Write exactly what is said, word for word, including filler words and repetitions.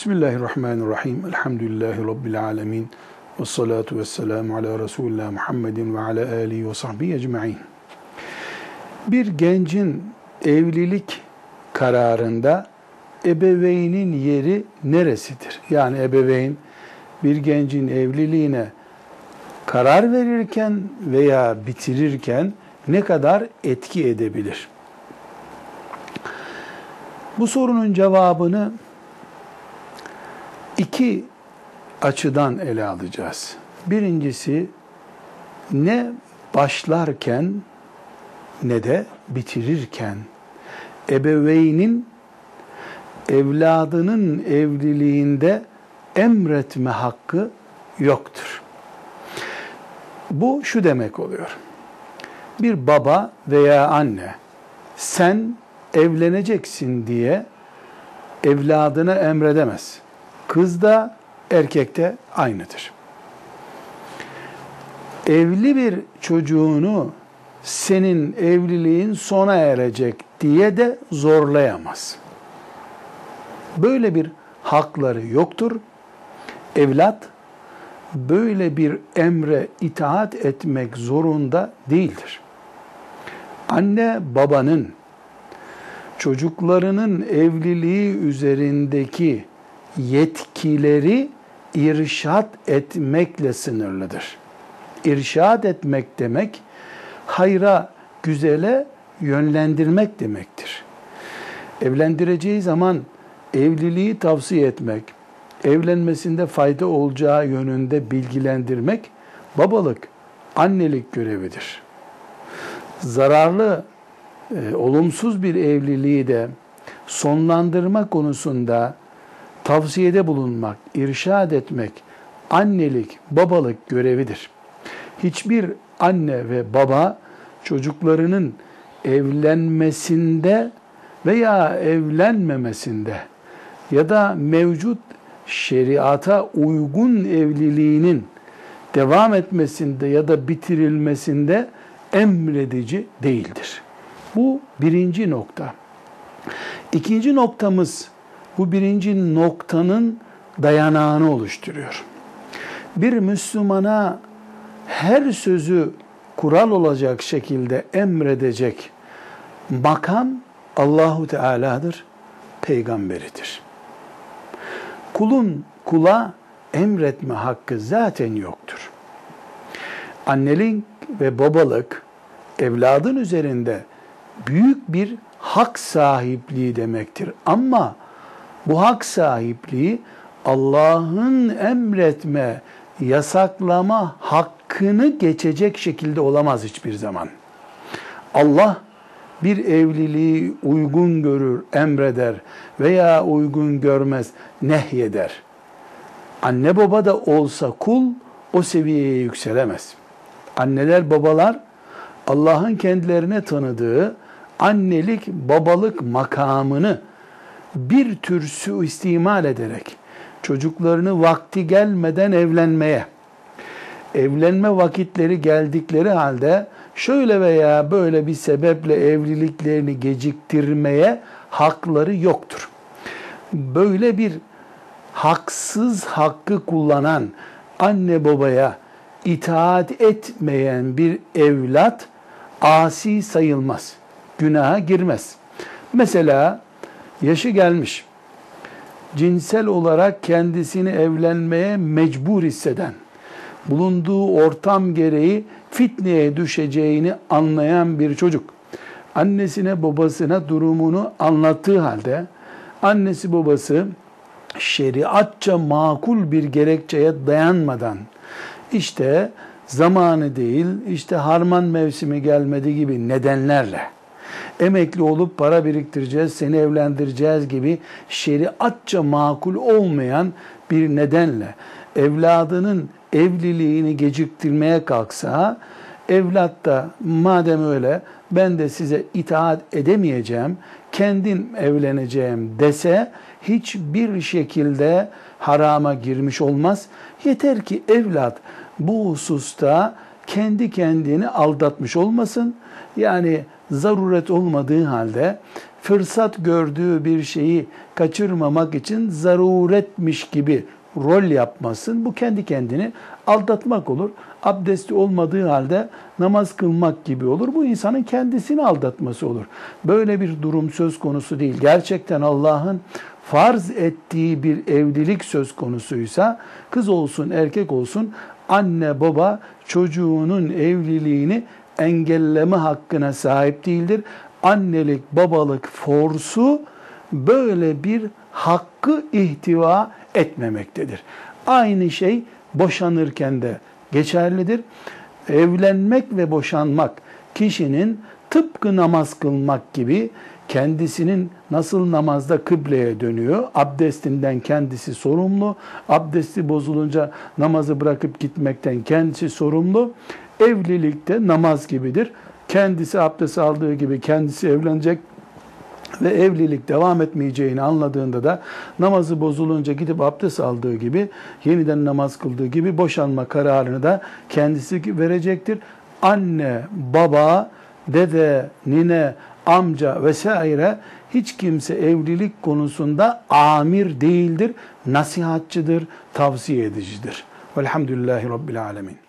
Bismillahirrahmanirrahim. Elhamdülillahi Rabbil alemin. Ve salatu ve selamu ala Resulullah Muhammedin ve ala alihi ve sahbihi ecma'in. Bir gencin evlilik kararında ebeveynin yeri neresidir? Yani ebeveyn bir gencin evliliğine karar verirken veya bitirirken ne kadar etki edebilir? Bu sorunun cevabını iki açıdan ele alacağız. Birincisi, ne başlarken ne de bitirirken ebeveynin evladının evliliğinde emretme hakkı yoktur. Bu şu demek oluyor: bir baba veya anne sen evleneceksin diye evladına emredemez. Kız da erkek de aynıdır. Evli bir çocuğunu senin evliliğin sona erecek diye de zorlayamaz. Böyle bir hakları yoktur. Evlat böyle bir emre itaat etmek zorunda değildir. Anne babanın çocuklarının evliliği üzerindeki yetkileri irşad etmekle sınırlıdır. İrşad etmek demek, hayra, güzele yönlendirmek demektir. Evlendireceği zaman evliliği tavsiye etmek, evlenmesinde fayda olacağı yönünde bilgilendirmek, babalık, annelik görevidir. Zararlı, e, olumsuz bir evliliği de sonlandırma konusunda tavsiyede bulunmak, irşad etmek, annelik, babalık görevidir. Hiçbir anne ve baba çocuklarının evlenmesinde veya evlenmemesinde ya da mevcut şeriata uygun evliliğinin devam etmesinde ya da bitirilmesinde emredici değildir. Bu birinci nokta. İkinci noktamız, bu birinci noktanın dayanağını oluşturuyor. Bir Müslümana her sözü kural olacak şekilde emredecek makam Allahu Teala'dır, peygamberidir. Kulun kula emretme hakkı zaten yoktur. Annelik ve babalık evladın üzerinde büyük bir hak sahipliği demektir. Ama bu hak sahipliği Allah'ın emretme, yasaklama hakkını geçecek şekilde olamaz hiçbir zaman. Allah bir evliliği uygun görür, emreder veya uygun görmez, nehyeder. Anne baba da olsa kul o seviyeye yükselemez. Anneler, babalar Allah'ın kendilerine tanıdığı annelik, babalık makamını bir tür suistimal ederek çocuklarını vakti gelmeden evlenmeye, evlenme vakitleri geldikleri halde şöyle veya böyle bir sebeple evliliklerini geciktirmeye hakları yoktur. Böyle bir haksız hakkı kullanan anne babaya itaat etmeyen bir evlat asi sayılmaz, günaha girmez. Mesela yaşı gelmiş, cinsel olarak kendisini evlenmeye mecbur hisseden, bulunduğu ortam gereği fitneye düşeceğini anlayan bir çocuk, annesine babasına durumunu anlattığı halde, annesi babası şeriatça makul bir gerekçeye dayanmadan, işte zamanı değil, işte harman mevsimi gelmedi gibi nedenlerle, emekli olup para biriktireceğiz, seni evlendireceğiz gibi şeriatça makul olmayan bir nedenle evladının evliliğini geciktirmeye kalksa, evlat da madem öyle ben de size itaat edemeyeceğim, kendim evleneceğim dese hiçbir şekilde harama girmiş olmaz. Yeter ki evlat bu hususta kendi kendini aldatmış olmasın. Yani zaruret olmadığı halde fırsat gördüğü bir şeyi kaçırmamak için zaruretmiş gibi rol yapmasın. Bu kendi kendini aldatmak olur. Abdesti olmadığı halde namaz kılmak gibi olur. Bu insanın kendisini aldatması olur. Böyle bir durum söz konusu değil. Gerçekten Allah'ın farz ettiği bir evlilik söz konusuysa, kız olsun erkek olsun, anne baba çocuğunun evliliğini engelleme hakkına sahip değildir. Annelik babalık forsu böyle bir hakkı ihtiva etmemektedir. Aynı şey boşanırken de geçerlidir. Evlenmek ve boşanmak kişinin tıpkı namaz kılmak gibi kendisinin nasıl namazda kıbleye dönüyor, abdestinden kendisi sorumlu, abdesti bozulunca namazı bırakıp gitmekten kendisi sorumlu. Evlilikte namaz gibidir. Kendisi abdest aldığı gibi kendisi evlenecek ve evlilik devam etmeyeceğini anladığında da namazı bozulunca gidip abdest aldığı gibi, yeniden namaz kıldığı gibi boşanma kararını da kendisi verecektir. Anne, baba, dede, nine, amca vesaire hiç kimse evlilik konusunda amir değildir, nasihatçıdır, tavsiye edicidir. Velhamdülillahi Rabbil Alemin.